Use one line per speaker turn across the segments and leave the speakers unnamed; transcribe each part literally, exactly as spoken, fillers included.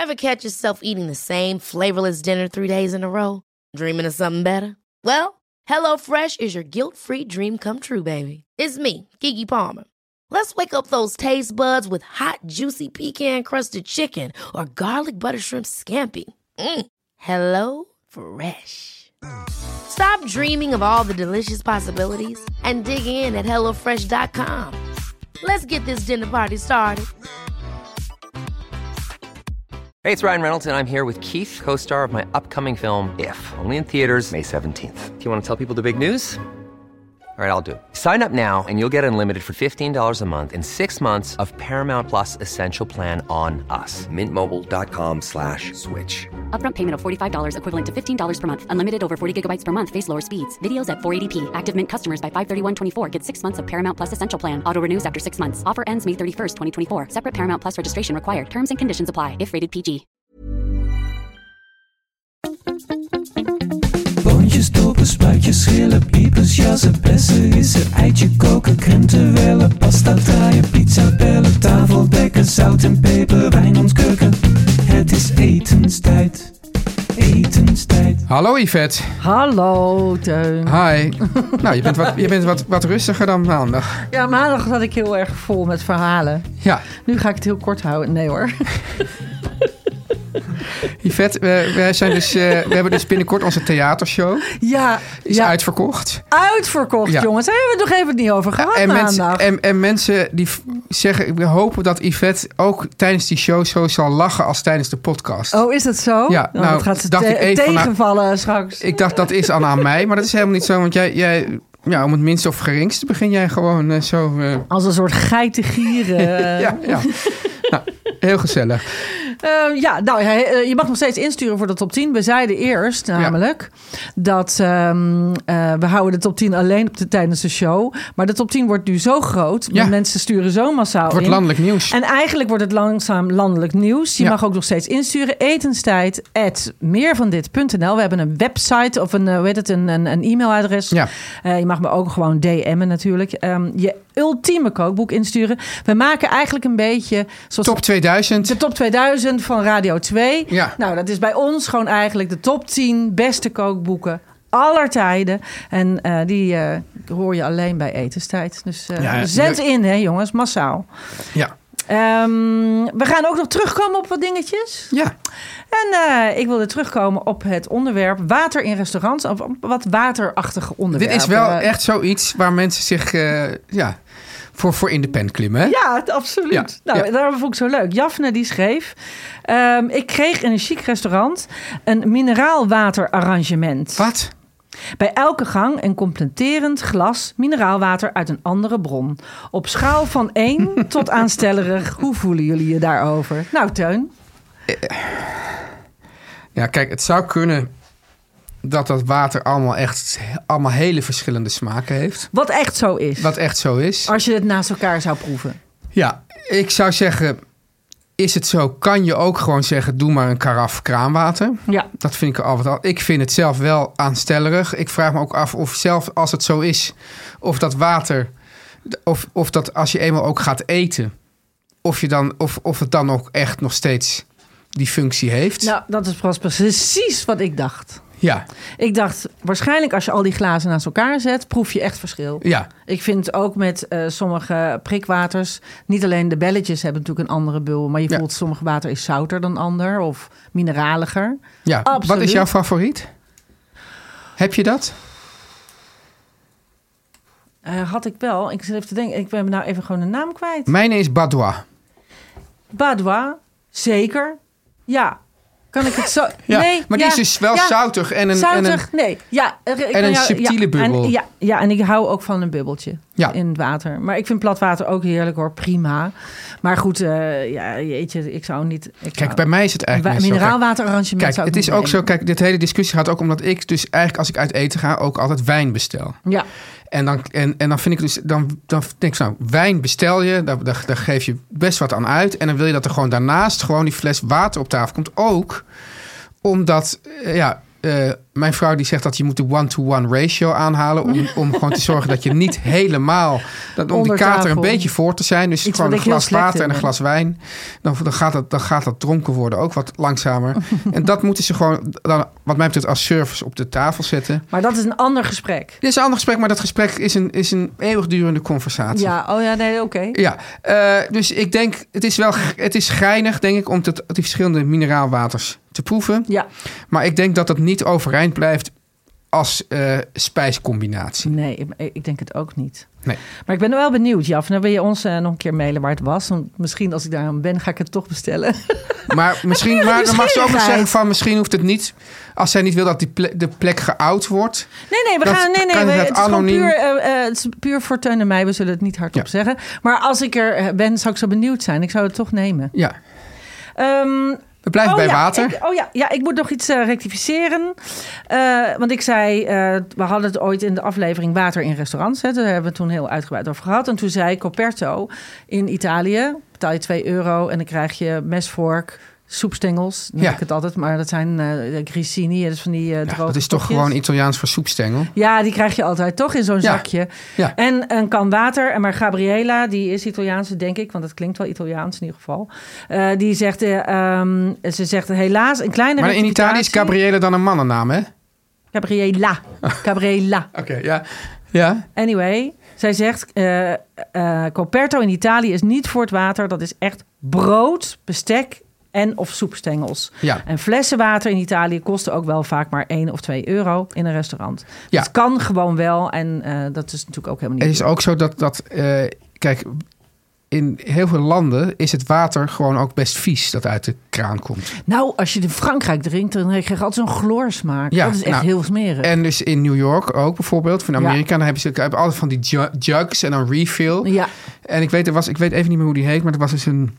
Ever catch yourself eating the same flavorless dinner three days in a row? Dreaming of something better? Well, HelloFresh is your guilt-free dream come true, baby. It's me, Keke Palmer. Let's wake up those taste buds with hot, juicy pecan-crusted chicken or garlic butter shrimp scampi. Mm. Hello Fresh. Stop dreaming of all the delicious possibilities and dig in at hello fresh dot com. Let's get this dinner party started.
Hey, it's Ryan Reynolds, and I'm here with Keith, co-star of my upcoming film, If, only in theaters May seventeenth. Do you want to tell people the big news? All right, I'll do it. Sign up now and you'll get unlimited for fifteen dollars a month and six months of Paramount Plus Essential Plan on us. Mint Mobile dot com slash switch.
Upfront payment of forty-five dollars equivalent to fifteen dollars per month. Unlimited over forty gigabytes per month. Face lower speeds. Videos at four eighty p. Active Mint customers by five thirty-one twenty-four get six months of Paramount Plus Essential Plan. Auto renews after six months. Offer ends May thirty-first, twenty twenty-four. Separate Paramount Plus registration required. Terms and conditions apply if rated P G.
Boontjes, dopen, spuitjes, schillen, piepers, jassen, bessen, rissen, eitje koken, krenten wellen, pasta draaien, pizza bellen, tafel dekken, zout en peper, wijn ontkurken. Het is etenstijd, etenstijd.
Hallo Yvette.
Hallo Teun.
Hi. Nou, je bent, wat, je bent wat, wat rustiger dan maandag.
Ja, maandag zat ik heel erg vol met verhalen.
Ja.
Nu ga ik het heel kort houden. Nee hoor.
Yvette, we, we, zijn dus, uh, we hebben dus binnenkort onze theatershow.
Ja.
Is
ja.
uitverkocht.
Uitverkocht, ja. Jongens. Daar hebben we het nog even niet over gehad
en
maandag.
Mensen, en, en mensen die f- zeggen, we hopen dat Yvette ook tijdens die show zo zal lachen als tijdens de podcast.
Oh, is dat zo?
Ja.
Nou,
nou,
dat gaat ze
dacht
te-
ik even
tegenvallen
van, nou,
straks.
Ik dacht, dat is aan, aan mij. Maar dat is helemaal niet zo, want jij... jij ja, om het minste of geringste begin jij gewoon uh, zo... Uh...
Als een soort geitengieren.
ja, ja. Nou, heel gezellig.
Uh, ja, nou, je mag nog steeds insturen voor de top tien. We zeiden eerst namelijk ja. dat um, uh, we houden de top tien alleen op de, tijdens de show. Maar de top tien wordt nu zo groot.
Ja.
Mensen sturen zo massaal
Het wordt
in.
landelijk nieuws.
En eigenlijk wordt het langzaam landelijk nieuws. Je ja. mag ook nog steeds insturen. etenstijd at meervandit punt n l. We hebben een website of een, uh, hoe heet het, een, een, een e-mailadres. Ja. Uh, je mag me ook gewoon D M'en natuurlijk. Um, je ultieme kookboek insturen. We maken eigenlijk een beetje... Zoals
top tweeduizend.
De top tweeduizend van Radio twee.
Ja.
Nou, dat is bij ons gewoon eigenlijk de top tien beste kookboeken aller tijden. En uh, die uh, hoor je alleen bij etenstijd. Dus uh, ja, zet ja. in, hè jongens, massaal.
Ja.
Um, we gaan ook nog terugkomen op wat dingetjes.
Ja.
En uh, ik wilde terugkomen op het onderwerp water in restaurants. Of wat waterachtige onderwerpen.
Dit is wel echt zoiets waar mensen zich... Uh, ja, voor, voor in de pen klimmen, hè?
Ja, absoluut. Ja, nou, ja. Daarom vond ik zo leuk. Jafne die schreef... Um, ik kreeg in een chic restaurant een mineraalwaterarrangement.
Wat?
Bij elke gang een completerend glas mineraalwater uit een andere bron. Op schaal van één tot aanstellerig. Hoe voelen jullie je daarover? Nou, Teun.
Ja, kijk, het zou kunnen dat dat water allemaal echt allemaal hele verschillende smaken heeft.
Wat echt zo is.
Wat echt zo is.
Als je het naast elkaar zou proeven.
Ja, ik zou zeggen... Is het zo, kan je ook gewoon zeggen... doe maar een karaf kraanwater.
Ja.
Dat vind ik altijd al. Ik vind het zelf wel aanstellerig. Ik vraag me ook af of zelf als het zo is... of dat water... of, of dat als je eenmaal ook gaat eten... of, je dan, of, of het dan ook echt nog steeds die functie heeft.
Nou, dat is precies wat ik dacht.
Ja.
Ik dacht, waarschijnlijk als je al die glazen naast elkaar zet... proef je echt verschil.
Ja.
Ik vind ook met uh, sommige prikwaters... niet alleen de belletjes hebben natuurlijk een andere bul... maar je voelt ja. sommige water is zouter dan ander... of mineraliger.
Ja, absoluut. Wat is jouw favoriet? Heb je dat?
Uh, had ik wel. Ik zit even te denken, ik ben nou even gewoon de naam kwijt.
Mijne is Badois.
Badois, zeker. Ja. Kan ik het zo...
Ja,
nee,
maar
ja,
die is dus wel
ja,
zoutig en een...
Zoutig,
en een,
nee. Ja, ik
en een
jou,
subtiele
ja,
bubbel.
En, ja, ja, en ik hou ook van een bubbeltje
ja.
in het water. Maar ik vind plat water ook heerlijk hoor, prima. Maar goed, uh, ja, jeetje, ik zou niet... Ik
kijk,
zou,
bij mij is het eigenlijk
een mineraalwaterarrangement
Kijk,
zou ik
het is
niet
ook zo... Kijk, dit hele discussie gaat ook omdat ik dus eigenlijk als ik uit eten ga... ook altijd wijn bestel.
Ja.
En dan, en, en dan vind ik dus, dan, dan denk ik zo, nou, wijn bestel je, daar, daar, daar geef je best wat aan uit. En dan wil je dat er gewoon daarnaast gewoon die fles water op tafel komt. Ook omdat, uh, ja, uh, mijn vrouw die zegt dat je moet de one-to-one ratio aanhalen... om, om gewoon te zorgen dat je niet helemaal... Dat, om die kater een beetje voor te zijn. Dus
Iets
gewoon een glas water en een
ben.
glas wijn. Dan, dan, gaat dat, dan gaat dat dronken worden ook wat langzamer. En dat moeten ze gewoon, dan, wat mij betreft, als service op de tafel zetten.
Maar dat is een ander gesprek.
Dit is een ander gesprek, maar dat gesprek is een, is een eeuwigdurende conversatie.
Ja, oh ja, nee, oké. Okay.
Ja, uh, dus ik denk, het is wel het is geinig, denk ik, om te, die verschillende mineraalwaters te proeven.
Ja.
Maar ik denk dat het niet overeind blijft als uh, spijscombinatie.
Nee, ik denk het ook niet.
Nee.
Maar ik ben wel benieuwd, Jaf. Dan wil je ons uh, nog een keer mailen waar het was. Want misschien als ik daar aan ben, ga ik het toch bestellen.
Maar misschien, maar dan mag ze ook nog zeggen van misschien hoeft het niet. Als zij niet wil dat die plek, de plek geout wordt.
Nee, nee, we gaan. Nee, nee, we, het, het, is
anoniem...
puur, uh, uh, het is puur voor Teun en mij. We zullen het niet hardop ja. zeggen. Maar als ik er ben, zou ik zo benieuwd zijn. Ik zou het toch nemen.
Ja.
Um,
We blijven
oh,
bij
ja,
water.
Ik, oh ja, ja, ik moet nog iets uh, rectificeren. Uh, want ik zei, uh, we hadden het ooit in de aflevering water in restaurants. Hè, daar hebben we het toen heel uitgebreid over gehad. En toen zei Coperto in Italië, betaal je twee euro en dan krijg je mesvork, soepstengels. Dan ja. heb ik het altijd, maar dat zijn uh, grissini. Dat is van die uh, droge
ja, dat is toch
stokjes.
gewoon Italiaans voor soepstengel?
Ja, die krijg je altijd toch in zo'n
ja.
zakje.
Ja.
En een kan water. En maar Gabriela, die is Italiaans, denk ik, want dat klinkt wel Italiaans in ieder geval. Uh, die zegt, uh, um, ze zegt helaas een kleine
Maar in Italië is Gabriele dan een mannennaam, hè?
Gabriela. Gabriela.
Oké, okay, ja. ja.
Anyway, zij zegt, uh, uh, Coperto in Italië is niet voor het water. Dat is echt brood, bestek en of soepstengels.
Ja.
En flessen water in Italië kosten ook wel vaak maar één of twee euro in een restaurant.
Ja.
Het kan gewoon wel en uh, dat is natuurlijk ook helemaal niet...
Het is ook zo dat, dat uh, kijk, in heel veel landen is het water gewoon ook best vies dat uit de kraan komt.
Nou, als je in Frankrijk drinkt, dan krijg je altijd zo'n chlorsmaak. Ja, dat is echt nou, heel smerig.
En dus in New York ook bijvoorbeeld, van Amerika, ja. dan hebben ze hebben altijd van die jugs en dan refill.
Ja.
En ik weet, er was, ik weet even niet meer hoe die heet, maar er was dus een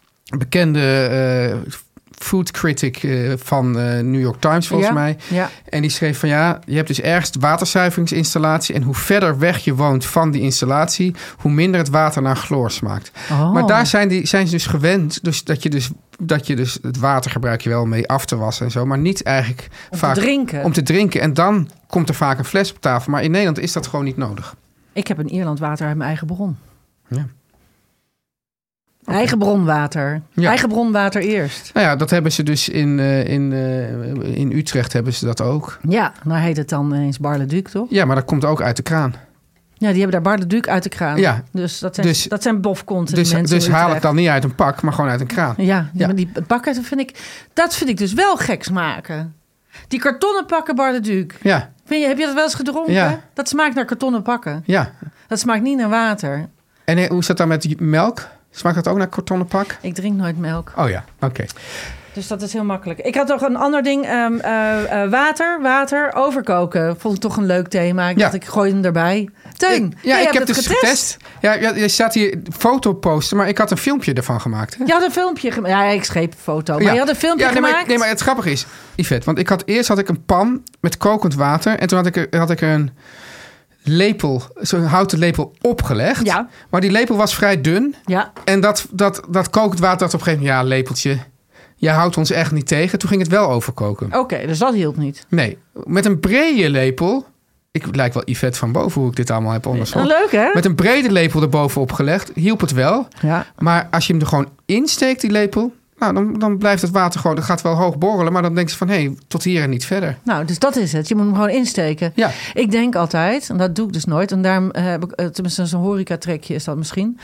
bekende uh, food critic uh, van uh, New York Times volgens
ja,
mij.
Ja.
En die schreef van ja, je hebt dus ergens waterzuiveringsinstallatie en hoe verder weg je woont van die installatie, hoe minder het water naar chloor smaakt.
Oh.
Maar daar zijn, die, zijn ze dus gewend, dus dat je dus dat je dus het water gebruik je wel mee af te wassen en zo, maar niet eigenlijk
om
vaak
te drinken.
om te drinken. En dan komt er vaak een fles op tafel. Maar in Nederland is dat gewoon niet nodig.
Ik heb in Ierland water uit mijn eigen bron.
Ja.
Okay. Eigen bronwater. Ja. Eigen bronwater eerst.
Nou ja, dat hebben ze dus in, uh, in, uh, in Utrecht hebben ze dat ook.
Ja, nou heet het dan eens Bar-le-Duc, toch?
Ja, maar dat komt ook uit de kraan.
Ja, die hebben daar Bar-le-Duc uit de kraan.
Ja.
Dus dat zijn,
dus,
dat zijn bofkonten.
Dus,
mensen
dus haal het dan niet uit een pak, maar gewoon uit een kraan.
Ja, ja. Maar die pakken, dat vind ik, dat vind ik dus wel gek smaken. Die kartonnen pakken Bar-le-Duc.
Ja.
Vind je, heb je dat wel eens gedronken?
Ja.
Dat smaakt naar kartonnen pakken.
Ja.
Dat smaakt niet naar water.
En hoe is dat dan met die melk? Smaakt dat ook naar kartonnen pak?
Ik drink nooit melk.
Oh ja, oké. Okay.
Dus dat is heel makkelijk. Ik had toch een ander ding. Um, uh, uh, water, water, overkoken. Vond ik toch een leuk thema. Ik ja. dacht, ik gooi hem erbij. Teun,
ik, ja, ik heb het dus getest. getest. Ja, je staat hier foto posten, maar ik had een filmpje ervan gemaakt. Hè?
Je had een filmpje gemaakt. Ja, ik schreef een foto. Maar ja. je had een filmpje
ja, nee,
gemaakt.
Maar, nee, maar het grappige is, Yvette, want ik had eerst had ik een pan met kokend water. En toen had ik er, had ik er een lepel, zo'n houten lepel opgelegd.
Ja.
Maar die lepel was vrij dun.
Ja.
En dat, dat, dat kokend water dacht op een gegeven moment, ja, lepeltje, je houdt ons echt niet tegen. Toen ging het wel overkoken.
Oké, okay, dus dat hielp niet.
Nee, met een brede lepel. Ik lijk wel Yvette van boven hoe ik dit allemaal heb onderzocht.
Leuk, hè?
Met een brede lepel erbovenop gelegd, hielp het wel.
Ja.
Maar als je hem er gewoon insteekt, die lepel, nou, dan, dan blijft het water gewoon, dat gaat wel hoog borrelen, maar dan denk je van, hé, hey, tot hier en niet verder.
Nou, dus dat is het. Je moet hem gewoon insteken.
Ja.
Ik denk altijd, en dat doe ik dus nooit, en daarom heb ik, tenminste zo'n horecatrekje is dat misschien.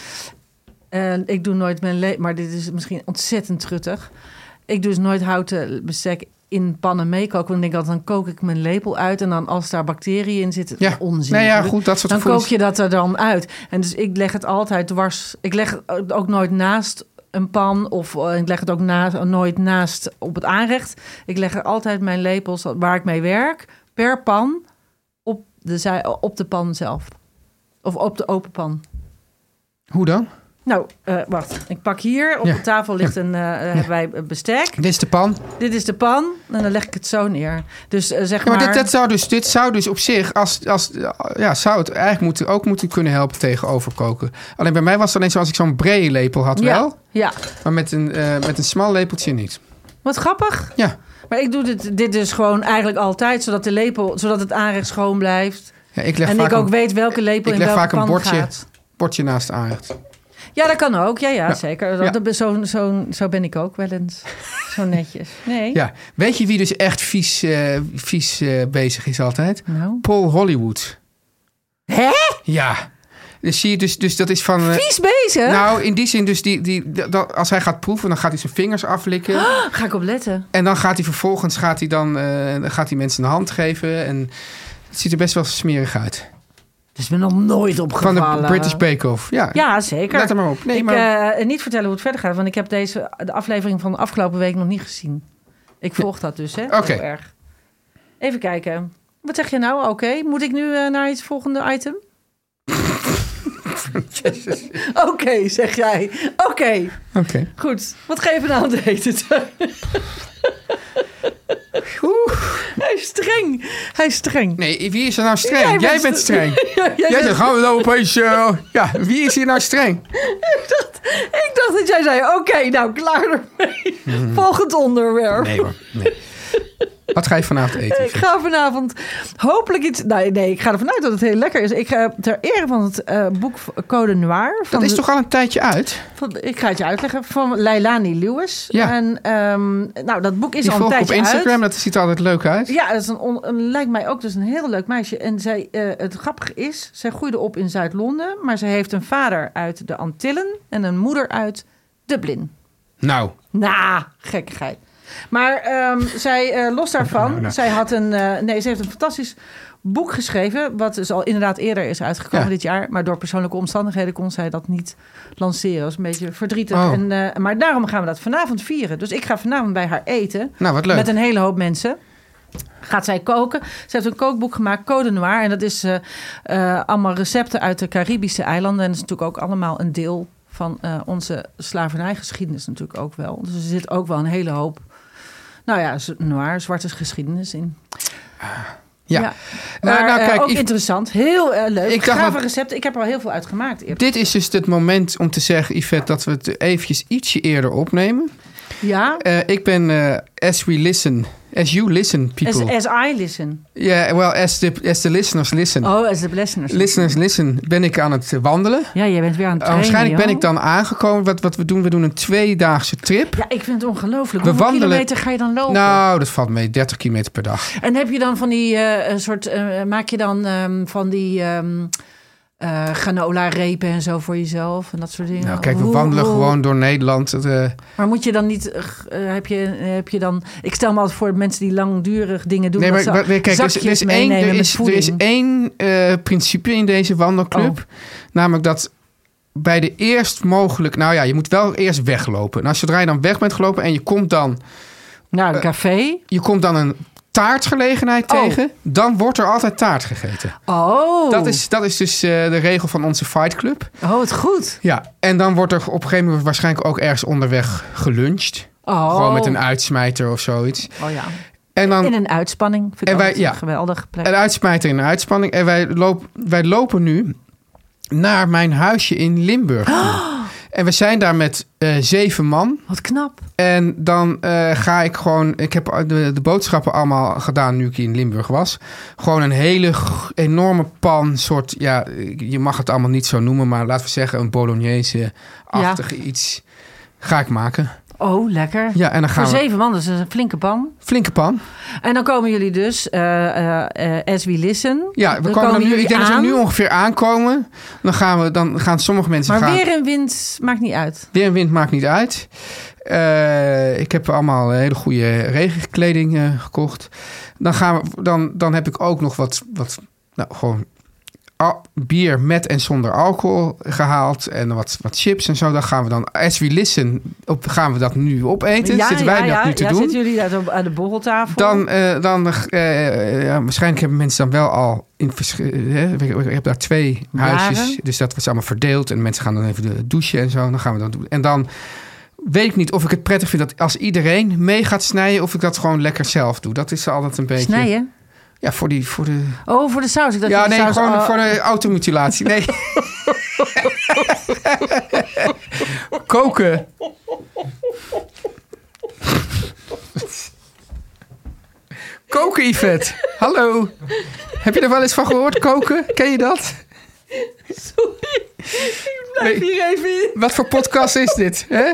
En ik doe nooit mijn lepel, maar dit is misschien ontzettend truttig. Ik doe dus nooit houten bestek in pannen meekoken. Dan denk ik altijd, dan kook ik mijn lepel uit. En dan als daar bacteriën in zitten,
ja.
onzin.
Nee, ja, goed, dat soort
dan
gevoelens.
kook je dat er dan uit. En dus ik leg het altijd dwars. Ik leg het ook nooit naast een pan. Of uh, ik leg het ook na, nooit naast op het aanrecht. Ik leg er altijd mijn lepels waar ik mee werk, per pan, op de, zij, op de pan zelf. Of op de open pan.
Hoe dan?
Nou, uh, wacht. Ik pak hier. Op ja. de tafel ligt een, uh, ja. hebben wij bestek.
Dit is de pan.
Dit is de pan. En dan leg ik het zo neer. Dus uh, zeg
ja, maar...
maar...
Dit, dit, zou dus, dit zou dus op zich... Als, als, ja, zou het eigenlijk moeten, ook moeten kunnen helpen tegen overkoken. Alleen bij mij was het alleen zo als ik zo'n brede lepel had
ja.
wel.
Ja.
Maar met een, uh, met een smal lepeltje niet.
Wat grappig.
Ja.
Maar ik doe dit, dit dus gewoon eigenlijk altijd, zodat de lepel, zodat het aanrecht schoon blijft.
Ja, ik leg
en
vaak
ik ook
een,
weet welke lepel
ik
in
leg
welke
vaak een
pan
bordje,
gaat.
bordje naast het aanrecht.
Ja, dat kan ook. Ja, ja,
ja.
zeker.
Ja.
Dat, zo, zo, zo ben ik ook wel eens. Zo netjes. Nee.
Ja. Weet je wie dus echt vies, uh, vies uh, bezig is altijd?
Nou.
Paul Hollywood.
Hè?
Ja. Dus zie je, dus, dus dat is van... Uh,
vies bezig?
Nou, in die zin, dus die, die, dat, als hij gaat proeven, dan gaat hij zijn vingers aflikken.
Oh, ga ik op letten.
En dan gaat hij vervolgens gaat hij dan, uh, gaat hij mensen een hand geven. En het ziet er best wel smerig uit.
Dat is me nog nooit opgevallen.
Van de British Bake Off. Ja,
ja zeker.
Let er maar op. Nee,
ik
maar...
Uh, niet vertellen hoe het verder gaat, want ik heb deze de aflevering van de afgelopen week nog niet gezien. Ik volg dat dus, hè? Oké.
Okay.
Heel erg. Even kijken. Wat zeg je nou? Oké. Okay. Moet ik nu uh, naar het volgende item? Oké, okay, zeg jij. Oké.
Okay. Oké. Okay.
Goed. Wat geven we nou aan het eten? Hij is streng. Hij is streng.
Nee, wie is er nou streng? Jij,
jij
bent, bent streng. Ja, jij jij zegt, gaan we nou opeens... Uh, ja, wie is hier nou streng?
ik, dacht, ik dacht dat jij zei, oké, okay, nou, klaar ermee. Mm. Volgend onderwerp.
Nee hoor, nee. Wat ga je vanavond eten?
Ik ga vanavond hopelijk iets... Nee, nee, ik ga ervan uit dat het heel lekker is. Ik ga ter ere van het uh, boek Code Noir... Van
dat is
de,
toch al een tijdje uit?
Van, ik ga het je uitleggen. Van Leilani Lewis.
Ja.
En um, nou, dat boek is
Die
al een tijdje
op Instagram,
uit.
Dat ziet er altijd leuk uit.
Ja, dat is een on, een, lijkt mij ook dus een heel leuk meisje. En zij, uh, het grappige is, zij groeide op in Zuid-Londen... maar ze heeft een vader uit de Antillen... en een moeder uit Dublin.
Nou.
Nou, gekkigheid. Maar um, zij, uh, los daarvan, nou, nou. zij had een, uh, nee, ze heeft een fantastisch boek geschreven, wat dus al inderdaad eerder is uitgekomen ja. dit jaar, maar door persoonlijke omstandigheden kon zij dat niet lanceren. Dat is een beetje verdrietig.
Oh.
En, uh, maar daarom gaan we dat vanavond vieren. Dus ik ga vanavond bij haar eten.
Nou, wat leuk.
Met een hele hoop mensen. Gaat zij koken. Ze heeft een kookboek gemaakt, Code Noir. En dat is uh, uh, allemaal recepten uit de Caribische eilanden. En dat is natuurlijk ook allemaal een deel van uh, onze slavernijgeschiedenis natuurlijk ook wel. Dus er zit ook wel een hele hoop, nou ja, noir, zwarte geschiedenis in.
Ja,
ja. Maar
uh, nou, kijk,
uh, ook
ik,
interessant. Heel uh, leuk.
Ik
Gave
dacht,
recepten. Ik heb er al heel veel uit gemaakt. Eerder.
Dit is dus het moment om te zeggen, Yvette, dat we het eventjes ietsje eerder opnemen.
Ja.
Uh, ik ben, uh, as we listen, as you listen, people.
As, as I listen.
Ja, yeah, well, as the, as the listeners listen.
Oh, as the listeners.
Listeners listen, ben ik aan het wandelen.
Ja, jij bent weer aan het trainen.
Uh, waarschijnlijk
joh.
ben ik dan aangekomen. Wat, wat we doen, we doen een tweedaagse trip.
Ja, ik vind het ongelooflijk.
We
Hoeveel
wandelen,
kilometer ga je dan lopen?
Nou, dat valt mee, dertig kilometer per dag.
En heb je dan van die uh, soort, uh, maak je dan um, van die um, uh, granola-repen en zo voor jezelf en dat soort dingen?
Nou, kijk, we
hoe,
wandelen
hoe,
gewoon door Nederland. Uh,
maar moet je dan niet, uh, heb, je, heb je dan, ik stel me altijd voor mensen die langdurig dingen doen.
Nee, maar, maar kijk, er is, er is één, er is, er is één uh, principe in deze wandelclub. Oh. Namelijk dat bij de eerst mogelijk, nou ja, je moet wel eerst weglopen. En als zodra je dan weg bent gelopen en je komt dan
naar een café, uh,
je komt dan een taartgelegenheid oh. tegen, dan wordt er altijd taart gegeten.
Oh.
Dat is, dat is dus uh, de regel van onze Fight Club.
Oh, het goed.
Ja, en dan wordt er op een gegeven moment waarschijnlijk ook ergens onderweg geluncht.
Oh.
Gewoon met een uitsmijter of zoiets.
Oh ja.
En dan,
in een uitspanning. Vind ik
en wij, ja,
een geweldige plek.
Een uitsmijter in een uitspanning. En wij, loop, wij lopen nu naar mijn huisje in Limburg. Oh. En we zijn daar met uh, zeven man.
Wat knap.
En dan uh, ga ik gewoon... Ik heb de, de boodschappen allemaal gedaan nu ik in Limburg was. Gewoon een hele g- enorme pan. Soort, ja, je mag het allemaal niet zo noemen. Maar laten we zeggen een bolognese-achtige ja. iets. Ga ik maken.
Oh, lekker.
Ja, en dan gaan
Voor
we...
zeven man, dus een flinke pan.
Flinke pan.
En dan komen jullie dus, uh, uh, uh, as we listen.
Ja, we
dan
komen,
komen
dan nu, ik denk
aan.
dat we nu ongeveer aankomen. Dan gaan, we, dan gaan sommige mensen
maar
gaan...
weer en wind maakt niet uit.
Weer en wind maakt niet uit. Uh, ik heb allemaal hele goede regenkleding uh, gekocht. Dan, gaan we, dan, dan heb ik ook nog wat, wat nou, gewoon al, bier met en zonder alcohol gehaald. En wat, wat chips en zo. Dan gaan we dan, as we listen, op, gaan we dat nu opeten.
Ja,
zitten
ja,
wij
ja,
dat nu te
ja,
doen.
Zitten jullie dat aan de borreltafel?
Dan, uh, dan uh, ja, waarschijnlijk hebben mensen dan wel al in verschillende. Ik heb daar twee huisjes.
Jaren.
Dus dat was allemaal verdeeld. En mensen gaan dan even de douchen en zo. Dan gaan we dat doen. En dan weet ik niet of ik het prettig vind dat als iedereen mee gaat snijden, of ik dat gewoon lekker zelf doe. Dat is altijd een beetje.
Snijden?
Ja, voor die, voor de.
Oh, voor de saus. Ik dacht
ja,
de
nee,
saus
gewoon
al...
voor de automutilatie. Nee. Koken. Koken, Yvette. Hallo. Heb je er wel eens van gehoord, koken? Ken je dat?
Sorry, ik blijf hier even in.
Wat voor podcast is dit, hè?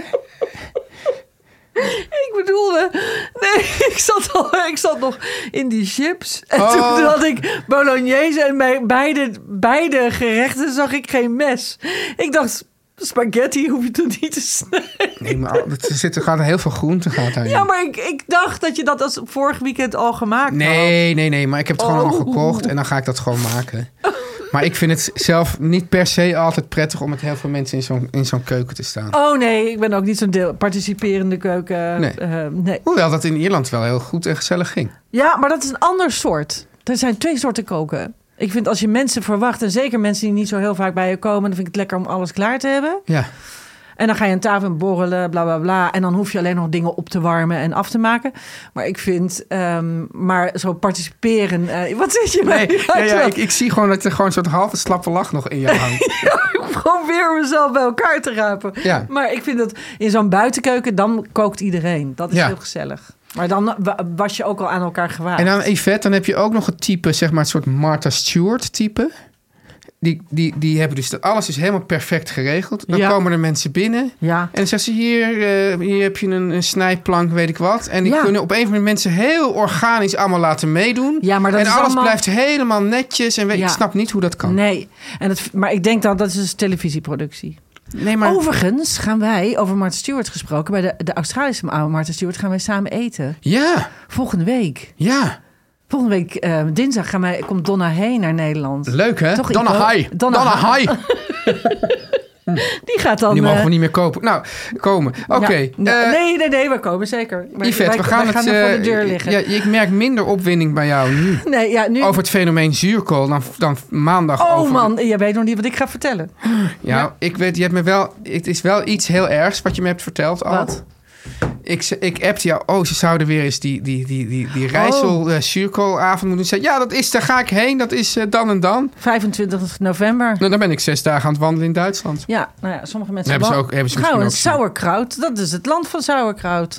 Ik bedoelde... Nee, ik zat, al, ik zat nog in die chips. En
oh.
toen had ik bolognese en bij beide, beide gerechten zag ik geen mes. Ik dacht... Spaghetti hoef je toch niet te snijden?
Nee, maar er zit er gaat heel veel groente gaat daarin.
Ja, maar ik, ik dacht dat je dat als vorig weekend al gemaakt had.
Nee, nee, nee. Maar ik heb het
oh.
gewoon allemaal gekocht en dan ga ik dat gewoon maken. Maar ik vind het zelf niet per se altijd prettig om met heel veel mensen in zo'n, in zo'n keuken te staan.
Oh nee, ik ben ook niet zo'n deel, participerende keuken.
Nee.
Uh, nee.
Hoewel dat in Ierland wel heel goed en gezellig ging.
Ja, maar dat is een ander soort. Er zijn twee soorten koken. Ik vind als je mensen verwacht, en zeker mensen die niet zo heel vaak bij je komen, dan vind ik het lekker om alles klaar te hebben.
Ja.
En dan ga je aan tafel borrelen, bla bla bla. En dan hoef je alleen nog dingen op te warmen en af te maken. Maar ik vind, um, maar zo participeren. Uh, wat zit je
nee,
mee?
Ja, ja, ik, ik zie gewoon dat er gewoon een soort halve slappe lach nog in jou hangt.
Ja, ik probeer mezelf bij elkaar te rapen.
Ja.
Maar ik vind dat in zo'n buitenkeuken, dan kookt iedereen. Dat is
ja.
heel gezellig. Maar dan was je ook al aan elkaar gewaagd.
En dan Yvette, dan heb je ook nog het type, zeg maar, het soort Martha Stewart type. Die, die, die hebben dus dat alles is helemaal perfect geregeld. Dan ja. komen er mensen binnen.
Ja.
En dan zeggen ze, hier, uh, hier heb je een, een snijplank, weet ik wat. En die ja. kunnen op een of andere mensen heel organisch allemaal laten meedoen.
Ja, maar dat
en
is
alles
allemaal...
blijft helemaal netjes. En weet, ja. ik snap niet hoe dat kan.
Nee, en het, maar ik denk dat dat is dus televisieproductie.
Nee, maar...
Overigens gaan wij, over Martha Stewart gesproken, bij de, de Australische Martha Stewart gaan wij samen eten.
Ja.
Volgende week.
Ja.
Volgende week uh, dinsdag gaan wij, komt Donna Hay naar Nederland.
Leuk, hè?
Toch,
Donna Hay.
Donna,
Donna Hay.
Die gaat dan...
Die mogen
uh,
we niet meer kopen. Nou, komen. Oké. Okay.
Ja, uh, nee, nee, nee, we komen zeker. Maar
Yvette,
wij,
we gaan,
wij
het,
gaan
uh,
voor de deur liggen.
Ja, ik merk minder opwinding bij jou nu.
Nee, ja, nu...
Over het fenomeen zuurkool dan, dan maandag
oh,
over...
man, je weet nog niet wat ik ga vertellen.
Ja, ja, ik weet, je hebt me wel... Het is wel iets heel ergs wat je me hebt verteld al.
Wat?
Ik, ik appte jou, oh, ze zouden weer eens die, die, die, die, die rijssel oh. uh, zuurkoolavond moeten zeggen. Ja, dat is, daar ga ik heen, dat is uh, dan en dan.
vijfentwintig november.
Nou, dan ben ik zes dagen aan het wandelen in Duitsland.
Ja, nou ja, sommige mensen...
Hebben ze ook, hebben ze
Trouwens, sauerkraut, dat is het land van sauerkraut.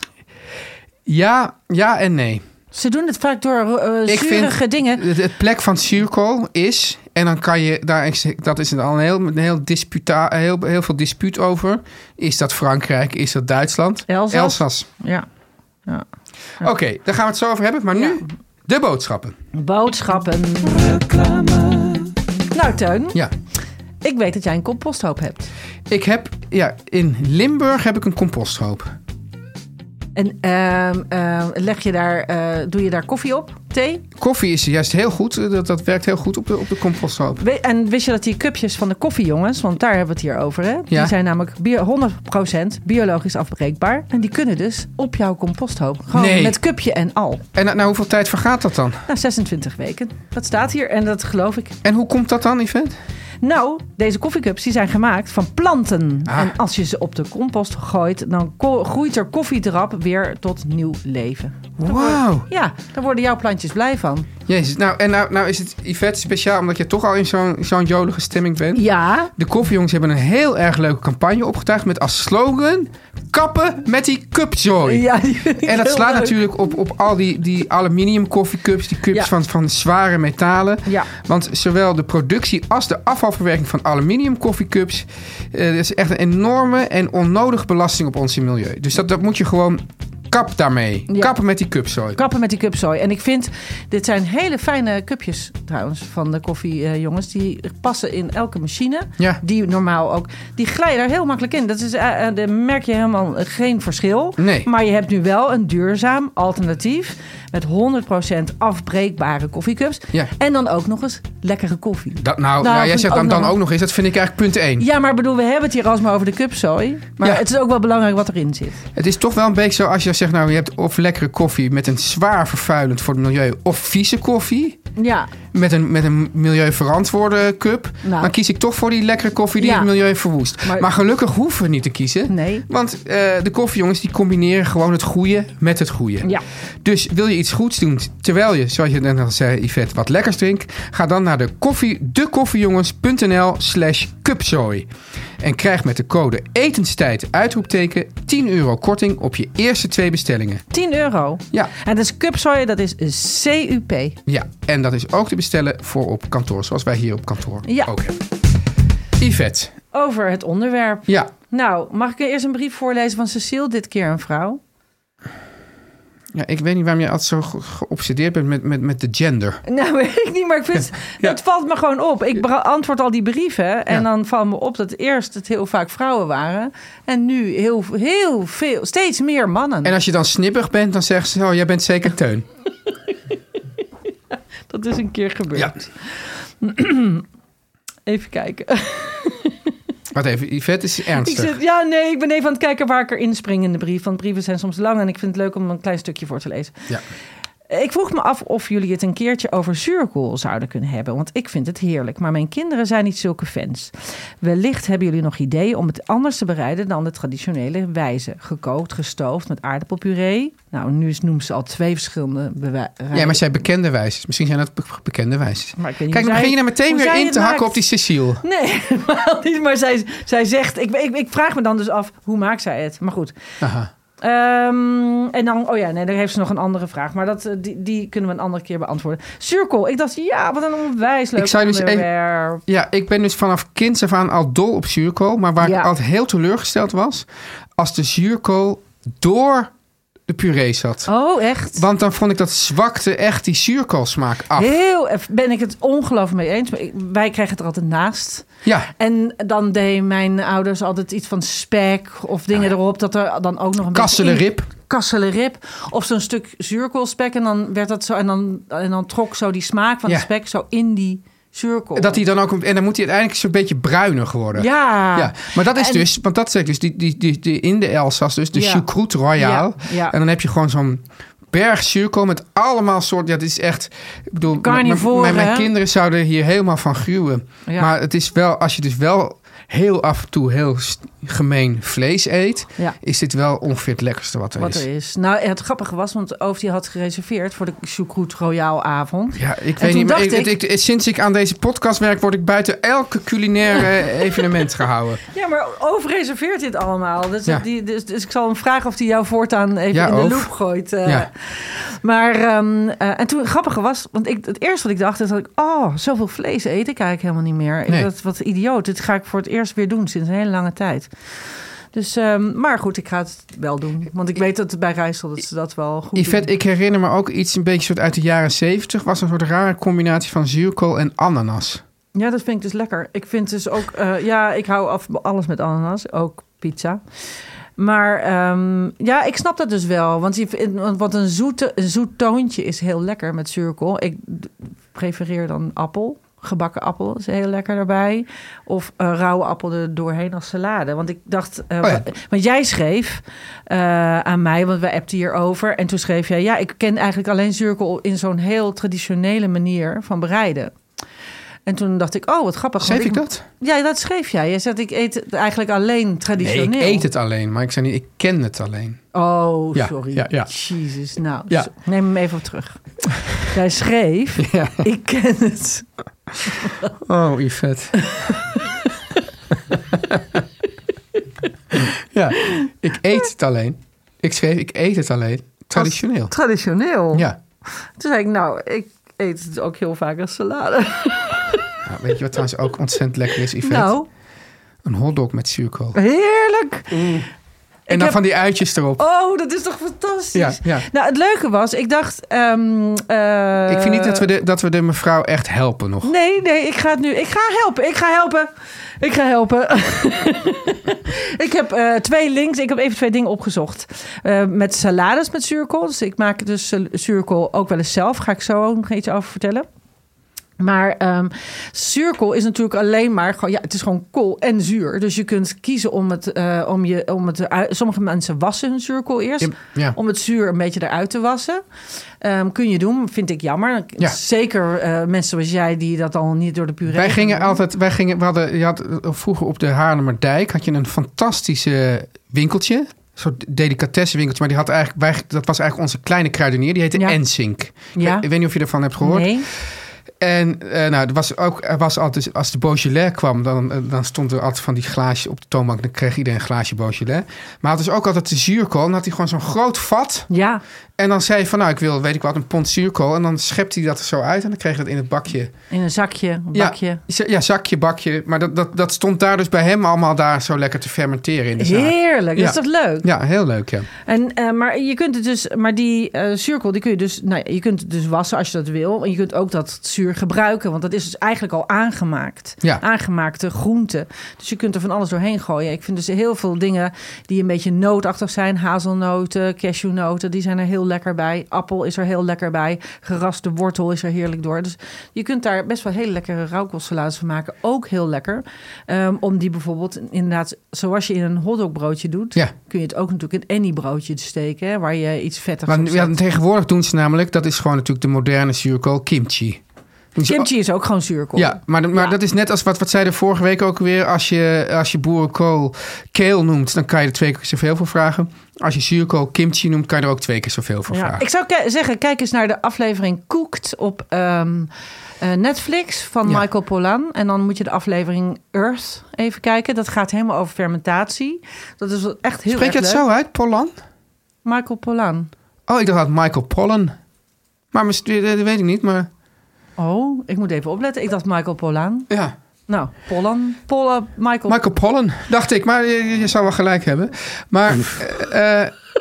Ja, ja en nee.
Ze doen het vaak door uh,
ik
zurige
vind
dingen.
Het, het plek van zuurkool is... En dan kan je daar... Dat is al een heel, een heel, disputa, heel, heel veel dispuut over. Is dat Frankrijk? Is dat Duitsland?
Elzas.
Elzas.
Ja. ja.
ja. Oké, okay, daar gaan we het zo over hebben. Maar nu ja. de boodschappen.
Boodschappen.
Reclame.
Nou, Teun.
Ja.
Ik weet dat jij een composthoop hebt.
Ik heb... Ja, in Limburg heb ik een composthoop.
En uh, uh, leg je daar, uh, doe je daar koffie op? Thee?
Koffie is juist heel goed. Dat, dat werkt heel goed op de, op de composthoop.
We, en wist je dat die cupjes van de koffiejongens, want daar hebben we het hier over, hè? Die
ja.
zijn namelijk bio, honderd procent biologisch afbreekbaar. En die kunnen dus op jouw composthoop. Gewoon
nee.
met cupje en al.
En nou, hoeveel tijd vergaat dat dan?
Nou, zesentwintig weken. Dat staat hier en dat geloof ik.
En hoe komt dat dan, Yvette?
Nou, deze koffiecups die zijn gemaakt van planten.
Ah.
En als je ze op de compost gooit, dan ko- groeit er koffiedrap weer tot nieuw leven.
Wauw.
Ja, daar worden jouw plantjes blij van.
Jezus, nou, en nou, nou is het Yvette speciaal omdat je toch al in zo'n, zo'n jolige stemming bent.
Ja.
De koffiejongens hebben een heel erg leuke campagne opgetuigd met als slogan... Kappen met die cupzooi.
Ja, die vind ik
en dat
heel
slaat
leuk.
natuurlijk op, op al die, die aluminium koffiecups, die cups
Ja.
van, van zware metalen.
Ja.
Want zowel de productie als de afvalverwerking van aluminium koffiecups... Uh, dat is echt een enorme en onnodige belasting op ons milieu. Dus dat, dat moet je gewoon... Kap daarmee.
Ja.
Kappen met die cupzooi.
Kappen met die cupzooi. En ik vind, dit zijn hele fijne cupjes trouwens van de koffiejongens. Uh, die passen in elke machine.
Ja.
Die normaal ook, die glijden er heel makkelijk in. Dat is, uh, uh, daar merk je helemaal geen verschil.
Nee.
Maar je hebt nu wel een duurzaam alternatief met honderd procent afbreekbare koffiecups.
Ja.
En dan ook nog eens lekkere koffie.
Dat, nou,
Nou,
nou, jij zegt dan ook,
ook
dan
nog-
ook nog eens. Dat vind ik eigenlijk punt één.
Ja, maar bedoel, we hebben het hier alsmaar over de cupzooi. Maar
Ja.
het is ook wel belangrijk wat erin zit.
Het is toch wel een beetje zo als je zegt... nou, je hebt of lekkere koffie met een zwaar vervuilend voor het milieu... of vieze koffie
Ja,
met een, met een milieuverantwoorde cup...
Nou.
dan kies ik toch voor die lekkere koffie die
Ja.
het milieu verwoest. Maar,
Maar-
gelukkig hoeven we niet te kiezen.
nee.
Want uh, de koffiejongens die combineren gewoon het goede met het goede.
Ja.
Dus wil je iets goeds doen terwijl je, zoals je net al zei, Yvette, wat lekkers drinkt... ga dan naar de koffie, dekoffiejongens.nl slash cupzooi. En krijg met de code etenstijd uitroepteken tien euro korting op je eerste twee bestellingen.
tien euro?
Ja.
En dat is cupsoy, dat is C U P.
Ja, en dat is ook te bestellen voor op kantoor, zoals wij hier op kantoor
Ja.
ook hebben. Yvette.
Over het onderwerp.
Ja.
Nou, mag ik eerst een brief voorlezen van Cecile, dit keer een vrouw?
Ja, ik weet niet waarom je altijd zo ge- geobsedeerd bent met, met, met de gender.
Nou, weet ik niet, maar ik vind,
Ja.
het valt me gewoon op. Ik beantwoord al die brieven en
Ja.
dan valt me op dat eerst het heel vaak vrouwen waren. En nu heel, heel veel, steeds meer mannen.
En als je dan snippig bent, dan zeggen ze, oh, jij bent zeker Teun.
Dat is een keer gebeurd.
Ja.
Even kijken.
Wacht even, Yvette is
Ik
ernstig.
zit, ja, nee, ik ben even aan het kijken waar ik erin spring in de brief. Want brieven zijn soms lang en ik vind het leuk om een klein stukje voor te lezen.
Ja.
Ik vroeg me af of jullie het een keertje over zuurkool zouden kunnen hebben. Want ik vind het heerlijk. Maar mijn kinderen zijn niet zulke fans. Wellicht hebben jullie nog ideeën om het anders te bereiden dan de traditionele wijze. Gekookt, gestoofd met aardappelpuree. Nou, nu noemen ze al twee verschillende bewijzen.
Ja, maar zij bekende wijzes. Misschien zijn dat be- bekende wijzes.
Maar ik weet niet
Kijk,
hoe
dan
zij-
begin je nou meteen
hoe
weer
zij
in
het
te hakken
maakt.
op die Cecile.
Nee, maar, niet, maar zij, zij zegt... Ik, ik, ik vraag me dan dus af, hoe maakt zij het? Maar goed.
Aha.
Ehm, en dan, oh ja, nee, daar heeft ze nog een andere vraag. Maar dat, eh, die, die kunnen we een andere keer beantwoorden. Zuurkool, ik dacht, ja, wat een onwijs leuk
Ik zou dus even-
onderwerp.
Ja, ik ben dus vanaf kinds af aan al dol op zuurkool. Maar waar
Ja.
ik altijd heel teleurgesteld was, als de zuurkool door de puree zat.
Oh, echt?
Want dan vond ik dat zwakte echt die zuurkoolsmaak af.
Heel even ben ik het ongelooflijk mee eens. Maar ik- wij kregen het er altijd naast.
Ja,
En dan deden mijn ouders altijd iets van spek of dingen erop. Dat er dan ook nog een
kassele
beetje in-
rib.
kassele rib. Of zo'n stuk zuurkoolspek. En dan werd dat zo. En dan, en dan trok zo die smaak van
Ja.
de spek zo in die zuurkool.
Dat hij dan ook, en dan moet hij uiteindelijk zo'n beetje bruiner worden.
Ja.
Ja, maar dat is
En-
dus, want dat zeg ik dus, die, die, die, die in de Elzas dus, de
Ja.
choucroute royale.
Ja, ja.
En dan heb je gewoon zo'n berg zuurkool met allemaal soorten, ja, dit is echt, ik bedoel,
Carnivore,
mijn, mijn
hè?
kinderen zouden hier helemaal van gruwen.
Ja.
Maar het is wel, als je dus wel heel af en toe heel st- gemeen vlees eet,
Ja.
is dit wel ongeveer het lekkerste wat er
Wat
is.
er is. Nou, het grappige was, want Oof die had gereserveerd voor de choucroute royale avond.
Ja, ik
En
weet
toen
niet, maar
dacht
ik,
ik-
ik- sinds ik aan deze podcast werk, word ik buiten elke culinaire evenement gehouden.
Ja, maar Oof reserveert dit allemaal. Dus,
Ja.
die, dus, dus ik zal hem vragen of hij jou voortaan even
Ja,
in de
Oof.
loop gooit. eh.
Ja.
Maar, ehm, eh, en toen het grappige was, want ik, het eerste wat ik dacht, is dat ik, oh, zoveel vlees eet ik eigenlijk helemaal niet meer. Ik,
Nee.
dat, wat idioot. Dit ga ik voor het eerst weer doen sinds een hele lange tijd. Dus, ehm, maar goed, ik ga het wel doen. Want ik weet dat het bij Rijssel dat ze dat wel goed
Yvette,
doen.
ik herinner me ook iets een beetje soort uit de jaren zeventig. Was een soort rare combinatie van zuurkool en ananas.
Ja, dat vind ik dus lekker. Ik vind dus ook, eh, ja, ik hou af alles met ananas, ook pizza. Maar ehm, ja, ik snap dat dus wel. Want, je, want een, zoete, een zoet toontje is heel lekker met zuurkool. Ik d- prefereer dan appel. Gebakken appel is heel lekker daarbij. Of uh, rauwe appel er doorheen als salade. Want ik dacht... Uh,
Oh ja.
Want jij schreef uh, aan mij, want we appten hierover. En toen schreef jij... Ja, ik ken eigenlijk alleen zuurkool in zo'n heel traditionele manier van bereiden. En toen dacht ik, oh, wat grappig.
Schreef
want
ik dat?
Ja, dat schreef jij. Je zegt, ik eet het eigenlijk alleen
Nee,
traditioneel.
ik eet het alleen. Maar ik zei niet, ik ken het alleen.
Oh,
Ja,
sorry.
ja, ja.
Jezus, nou,
Ja.
zo- neem hem even op terug. Jij schreef,
Ja.
ik ken het.
Oh, Yvette. Ja, ik eet het alleen. Ik schreef, ik eet het alleen. Traditioneel.
Traditioneel?
Ja.
Toen zei ik, nou, ik eet het ook heel vaak als salade.
Nou, weet je wat trouwens ook ontzettend lekker is, Yvette?
Nou,
Een hotdog met zuurkool.
heerlijk.
En dan
heb-
van die uitjes erop.
Oh, dat is toch fantastisch?
Ja, ja.
Nou, het leuke was, ik dacht... ehm, eh,
Ik vind niet dat we, de, dat we de mevrouw echt helpen nog.
Nee, nee, ik ga het nu... Ik ga helpen, ik ga helpen. Ik ga helpen. ik heb eh, twee links. Ik heb even twee dingen opgezocht. Eh, met salades met zuurkool. Dus ik maak dus uh, zuurkool ook wel eens zelf. Ga ik zo ook nog iets over vertellen. Maar um, zuurkool is natuurlijk alleen maar... Gewoon, ja, het is gewoon kool en zuur. Dus je kunt kiezen om het... Uh, om je, om het eruit, sommige mensen wassen hun zuurkool eerst.
Ja, ja.
Om het zuur een beetje eruit te wassen. Um, kun je doen, vind ik jammer.
Ja.
Zeker uh, mensen zoals jij die dat al niet door de puree...
Wij gingen
doen.
altijd... Wij gingen, we hadden, je had, vroeger op de Haarlemmerdijk had je een fantastische winkeltje. Een soort delicatessenwinkeltje. Maar die had eigenlijk, wij, dat was eigenlijk onze kleine kruidenier. Die heette
Ja.
Ensink.
Ja.
Ik, ik weet niet of je ervan hebt gehoord.
Nee.
En uh, nou, er was ook, er was altijd, als de Beaujolais kwam, dan, dan stond er altijd van die glaasje op de toonbank. Dan kreeg iedereen een glaasje Beaujolais. Maar had dus ook altijd de zuurkool. Dan had hij gewoon zo'n groot vat.
Ja.
En dan zei hij van, nou, ik wil, weet ik wat, een pond zuurkool. En dan schept hij dat er zo uit en dan kreeg je dat in het bakje.
In een zakje, een bakje.
Ja, ja, zakje, bakje. Maar dat, dat, dat stond daar dus bij hem allemaal daar zo lekker te fermenteren in de zaak.
Heerlijk,
ja.
Dat is toch leuk?
Ja, heel leuk, ja.
En, uh, maar je kunt het dus, maar die uh, zuurkool, die kun je dus, nou ja, je kunt het dus wassen als je dat wil. En je kunt ook dat zuur gebruiken, want dat is dus eigenlijk al aangemaakt.
Ja.
Aangemaakte groenten. Dus je kunt er van alles doorheen gooien. Ik vind dus heel veel dingen die een beetje nootachtig zijn. Hazelnoten, cashewnoten, die zijn er heel lekker bij. Appel is er heel lekker bij. Geraste wortel is er heerlijk door. Dus je kunt daar best wel hele lekkere rauwkoolsalades van maken. Ook heel lekker. Um, om die bijvoorbeeld inderdaad, zoals je in een hotdogbroodje doet,
ja.
kun je het ook natuurlijk in any broodje steken, hè, waar je iets vettigs
maar,
op
ja,
zet.
tegenwoordig doen ze namelijk, dat is gewoon natuurlijk de moderne zuurkool, kimchi.
Kimchi is ook gewoon zuurkool.
Ja, maar, maar
ja.
dat is net als wat, wat zeiden vorige week ook weer. Als je, als je boerenkool kale noemt, dan kan je er twee keer zoveel voor vragen. Als je zuurkool kimchi noemt, kan je er ook twee keer zoveel voor
ja.
vragen.
Ik zou k- zeggen, kijk eens naar de aflevering Cooked op um, uh, Netflix van ja. Michael Pollan. En dan moet je de aflevering Earth even kijken. Dat gaat helemaal over fermentatie. Dat is echt heel
Spreek
erg
je het
leuk.
zo uit, Pollan?
Michael Pollan.
Oh, ik dacht dat Michael Pollan. Maar dat weet ik niet, maar...
Oh, ik moet even opletten. Ik dacht Michael Pollan.
Ja.
Nou, Pollan. Pollan, Michael.
Michael Pollan, dacht ik. Maar je, je zou wel gelijk hebben. Maar uh,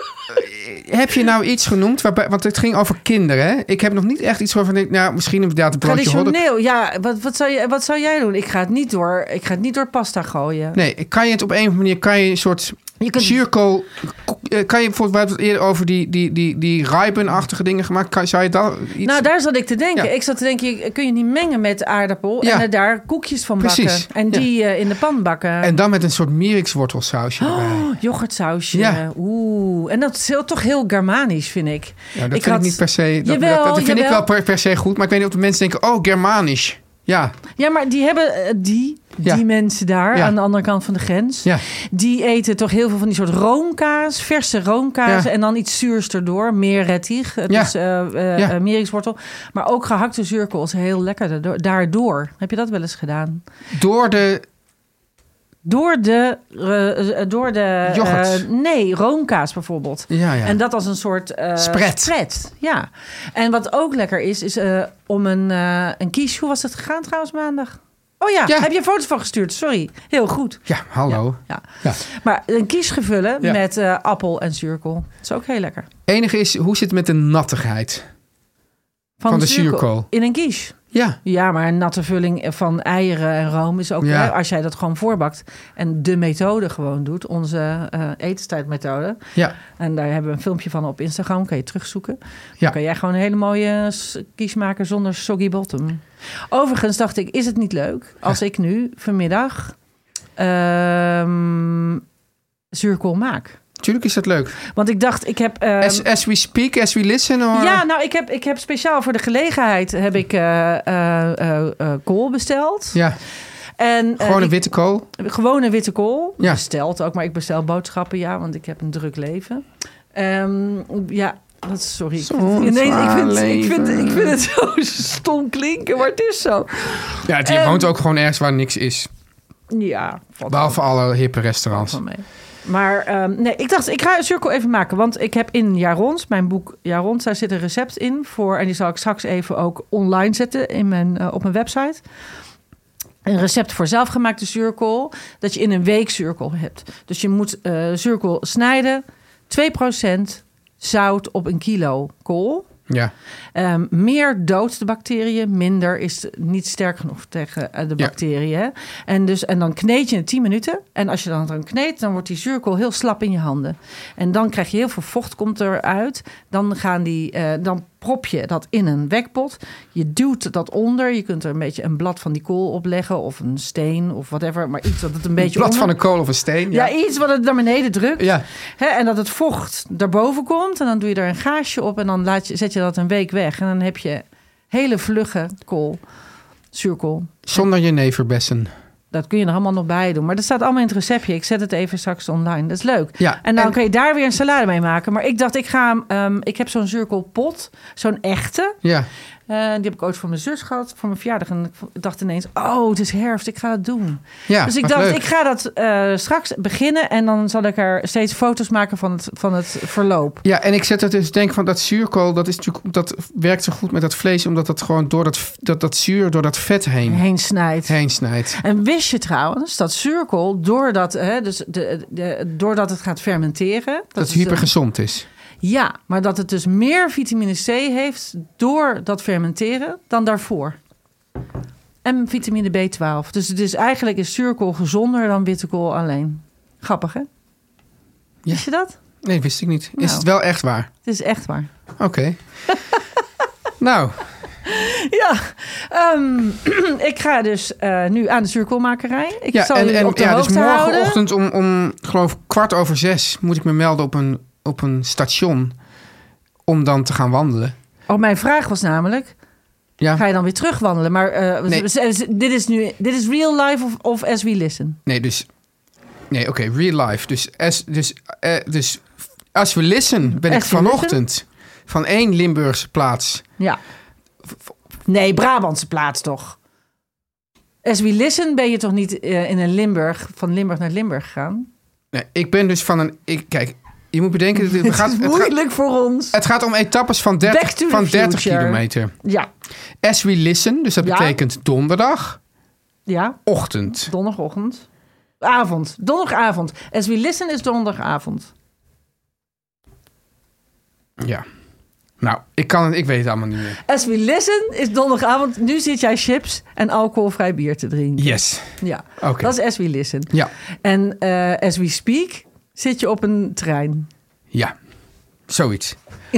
heb je nou iets genoemd? Waarbij, want het ging over kinderen, hè? Ik heb nog niet echt iets waarvan ik... Nou, misschien inderdaad een broodje hotdog.
Traditioneel, ja. Wat, wat, zou je, wat zou jij doen? Ik ga het niet door, ik ga het niet door pasta gooien.
Nee, kan je het op een of andere manier... Kan je een soort... Je kunt... Zuurkool, kan je bijvoorbeeld, we hebben het eerder over die, die, die, die rijbenachtige dingen gemaakt. Kan, zou je dat iets...
Nou, daar zat ik te denken.
Ja.
Ik zat te denken, kun je niet mengen met aardappel
ja.
en er daar koekjes van
Precies.
bakken. En die ja. uh, in de pan bakken.
En dan met een soort mierikswortelsausje erbij.
Oh, yoghurtsausje.
Ja.
Oeh. En dat is heel, toch heel Germanisch, vind ik.
Ja, dat
ik
vind
had...
ik niet per se... Dat,
jawel,
dat, dat vind
jawel.
ik wel per, per se goed. Maar ik weet niet of de mensen denken... Oh, Germanisch. Ja.
Ja, maar die hebben... Uh, die... Die ja. mensen daar ja. aan de andere kant van de grens,
ja.
die eten toch heel veel van die soort roomkaas, verse roomkaas ja. en dan iets zuurs erdoor, meer rettig,
ja.
dus uh, uh, ja. uh, merikswortel, maar ook gehakte zuurkool is heel lekker daardoor. Heb je dat wel eens gedaan?
Door de...
Door de... Uh, door de
yoghurt?
Uh, nee, roomkaas bijvoorbeeld.
Ja, ja.
En dat als een soort... Uh,
spread.
spread. Ja. En wat ook lekker is, is uh, om een, uh, een quiche... Hoe was het gegaan trouwens maandag? Oh ja, ja, heb je foto's van gestuurd? Sorry, heel goed.
Ja, hallo.
Ja, ja. Ja. Maar een quiche gevullen ja. met uh, appel en zuurkool. Dat is ook heel lekker.
Enige is, hoe zit het met de nattigheid van, van de zuurkool? zuurkool?
In een quiche?
Ja.
Ja, maar een natte vulling van eieren en room is ook... Ja. Hè, als jij dat gewoon voorbakt en de methode gewoon doet. Onze uh, etenstijdmethode.
Ja.
En daar hebben we een filmpje van op Instagram. Kan je terugzoeken. Ja. Dan kan jij gewoon een hele mooie quiche maken zonder soggy bottom. Overigens dacht ik, is het niet leuk als ja. ik nu vanmiddag um, zuurkool maak?
Tuurlijk is dat leuk.
Want ik dacht, ik heb... Um,
as, as we speak, as we listen? Or?
Ja, nou, ik heb, ik heb speciaal voor de gelegenheid heb ik uh, uh, uh, uh, kool besteld.
Ja.
En, uh,
Gewoon een witte kool?
Gewone witte kool.
Ja.
Besteld ook, maar ik bestel boodschappen, ja, want ik heb een druk leven. Um, ja, wat, sorry. Ik vind, nee, ik, vind, ik, vind, ik vind het zo stom klinken, maar het is zo.
Ja, je um, woont ook gewoon ergens waar niks is.
Ja.
Behalve
wel.
alle hippe restaurants.
Valt mee. Maar um, nee, ik dacht, ik ga een zuurkool even maken. Want ik heb in Jarons, mijn boek Jarons, daar zit een recept in voor. En die zal ik straks even ook online zetten in mijn, uh, op mijn website. Een recept voor zelfgemaakte zuurkool. Dat je in een week zuurkool hebt. Dus je moet uh, zuurkool snijden. twee procent zout op een kilo kool.
Ja.
Um, meer doodt de bacteriën, minder is niet sterk genoeg tegen uh, de bacteriën. Ja. En, dus, en dan kneed je het tien minuten. En als je dan, dan kneedt, dan wordt die zuurkool heel slap in je handen. En dan krijg je heel veel vocht komt eruit. Dan gaan die, uh, dan prop je dat in een wekpot. Je duwt dat onder. Je kunt er een beetje een blad van die kool opleggen of een steen of whatever. Maar iets wat het een beetje
Een blad
onder...
van een kool of een steen. Ja,
ja iets wat het naar beneden drukt.
Ja.
Hè, en dat het vocht daarboven komt. En dan doe je er een gaasje op en dan laat je, zet je dat een week weg. En dan heb je hele vlugge kool, zuurkool.
Zonder jeneverbessen.
Dat kun je er allemaal nog bij doen. Maar dat staat allemaal in het receptje. Ik zet het even straks online. Dat is leuk.
Ja,
en dan
en...
kan je daar weer een salade mee maken. Maar ik dacht, ik ga... Um, ik heb zo'n zuurkoolpot. Zo'n echte.
Ja.
Uh, die heb ik ooit voor mijn zus gehad, voor mijn verjaardag. En ik dacht ineens, oh, het is herfst, ik ga het doen.
Ja,
dus ik dacht,
leuk.
ik ga dat uh, straks beginnen... en dan zal ik er steeds foto's maken van het, van het verloop.
Ja, en ik zet het dus denk van dat zuurkool... dat, is natuurlijk, dat werkt zo goed met dat vlees... omdat dat gewoon door dat, dat, dat zuur door dat vet heen...
Heen snijdt.
Heen snijdt.
En wist je trouwens dat zuurkool, doordat, hè, dus de, de, doordat het gaat fermenteren... Dat,
dat het hypergezond is.
Ja, maar dat het dus meer vitamine C heeft door dat fermenteren dan daarvoor. En vitamine B twaalf. Dus het is eigenlijk is zuurkool gezonder dan witte kool alleen. Grappig, hè?
Ja.
Wist je dat?
Nee, wist ik niet.
Nou,
is het wel echt waar?
Het is echt waar.
Oké. Okay. Nou.
Ja, um, ik ga dus uh, nu aan de zuurkoolmakerij. Ik
ja,
zal
en,
jullie
en,
op de
ja,
hoogte
dus
houden.
morgenochtend om, om, geloof ik, kwart over zes... moet ik me melden op een, op een station... om dan te gaan wandelen.
Oh, mijn vraag was namelijk...
Ja.
Ga je dan weer terugwandelen? Maar uh,
nee.
dit is nu dit is real life of, of as we listen?
Nee, dus... Nee, oké, okay, real life. Dus as, dus, uh, dus as we listen ben
as
ik vanochtend... Listen? van één Limburgse plaats...
Ja. Nee, Brabantse plaats toch? As we listen ben je toch niet uh, in een Limburg... van Limburg naar Limburg gegaan?
Nee, ik ben dus van een... Ik, kijk... Je moet bedenken... Het,
het
gaat,
is moeilijk
het gaat,
voor ons.
Het gaat om etappes van dertig, van dertig kilometer.
Ja.
As we listen, dus dat ja. betekent donderdag.
Ja.
Ochtend.
Donderdagochtend. Avond. Donderdagavond. As we listen is donderdagavond.
Ja. Nou, ik kan het, ik weet het allemaal niet meer.
As we listen is donderdagavond. Nu zit jij chips en alcoholvrij bier te drinken.
Yes.
Ja.
Okay.
Dat is as we listen.
Ja.
En uh, as we speak... zit je op een trein.
Ja, zoiets.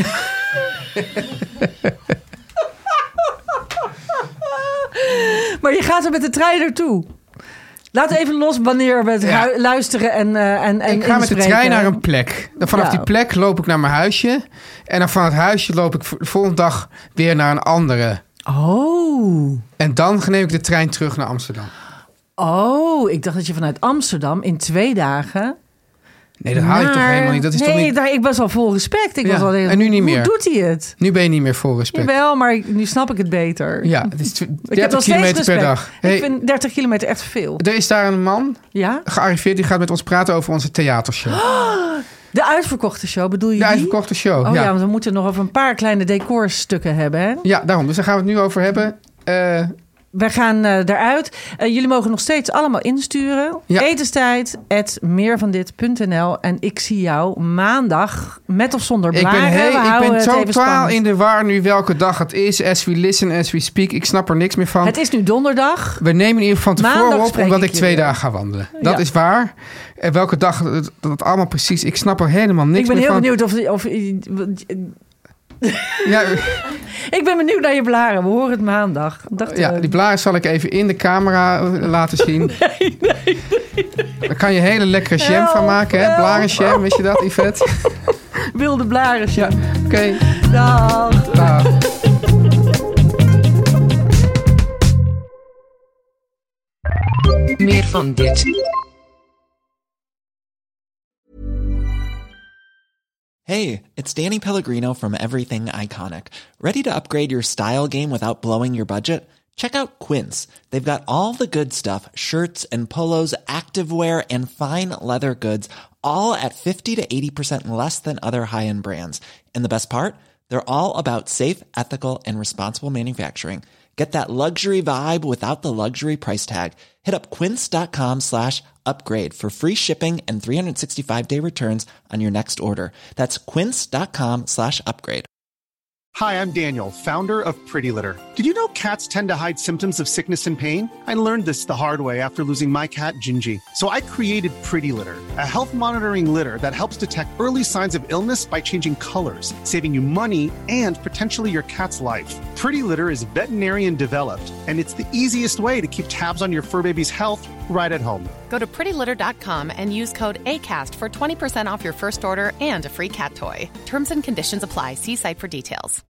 Maar je gaat er met de trein naartoe. Laat even los wanneer we het ja. hu- luisteren en, uh, en, en
Ik ga
inspreken.
met de trein naar een plek. Dan vanaf ja. die plek loop ik naar mijn huisje. En dan van het huisje loop ik de volgende dag weer naar een andere.
Oh.
En dan neem ik de trein terug naar Amsterdam.
Oh, ik dacht dat je vanuit Amsterdam in twee dagen...
Nee, dat haal je toch helemaal niet. Dat is
nee,
toch niet...
daar, ik was al vol respect. Ik
ja,
was al heel...
En nu niet meer.
Hoe doet hij het?
Nu ben je niet meer vol respect.
Jawel, maar nu snap ik het beter.
Ja, het is dertig kilometer per dag.
Hey, ik vind dertig kilometer echt veel.
Er is daar een man
ja?
gearriveerd. Die gaat met ons praten over onze theatershow.
Oh, de uitverkochte show, bedoel je
De
die?
uitverkochte show,
Oh
ja.
ja, want we moeten nog over een paar kleine decorstukken hebben, hè?
Ja, daarom. Dus daar gaan we het nu over hebben. Uh,
We gaan uh, eruit. Uh, jullie mogen nog steeds allemaal insturen. Ja. Etenstijd at meervandit punt n l. En ik zie jou maandag met of zonder blaren.
Ik ben, hey, ik ben totaal in de war nu welke dag het is. As we listen, as we speak. Ik snap er niks meer van.
Het is nu donderdag.
We nemen in ieder geval van tevoren op, omdat ik, ik twee
weer.
dagen ga wandelen. Dat ja. is waar. En welke dag dat, dat allemaal precies... Ik snap er helemaal
ik
niks
meer
meer van.
Ik ben heel benieuwd of...
Ja.
Ik ben benieuwd naar je blaren. We horen het maandag. Dacht,
ja, die blaren zal ik even in de camera laten zien.
Nee, nee, nee.
Daar kan je hele lekkere jam help, van maken, hè? Blarenjam, wist je dat, Yvette?
Wilde blaren.
Ja, oké. Okay.
Dag.
Dag.
Meer van dit.
Hey, it's Danny Pellegrino from Everything Iconic. Ready to upgrade your style game without blowing your budget? Check out Quince. They've got all the good stuff, shirts and polos, activewear and fine leather goods, all at fifty to eighty percent less than other high-end brands. And the best part? They're all about safe, ethical and responsible manufacturing. Get that luxury vibe without the luxury price tag. Hit up quince.com slash upgrade for free shipping and three sixty-five day returns on your next order. That's quince.com slash upgrade.
Hi, I'm Daniel, founder of Pretty Litter. Did you know cats tend to hide symptoms of sickness and pain? I learned this the hard way after losing my cat, Gingy. So I created Pretty Litter, a health monitoring litter that helps detect early signs of illness by changing colors, saving you money and potentially your cat's life. Pretty Litter is veterinarian developed, and it's the easiest way to keep tabs on your fur baby's health right at home.
Go to pretty litter dot com and use code ACAST for twenty percent off your first order and a free cat toy. Terms and conditions apply. See site for details.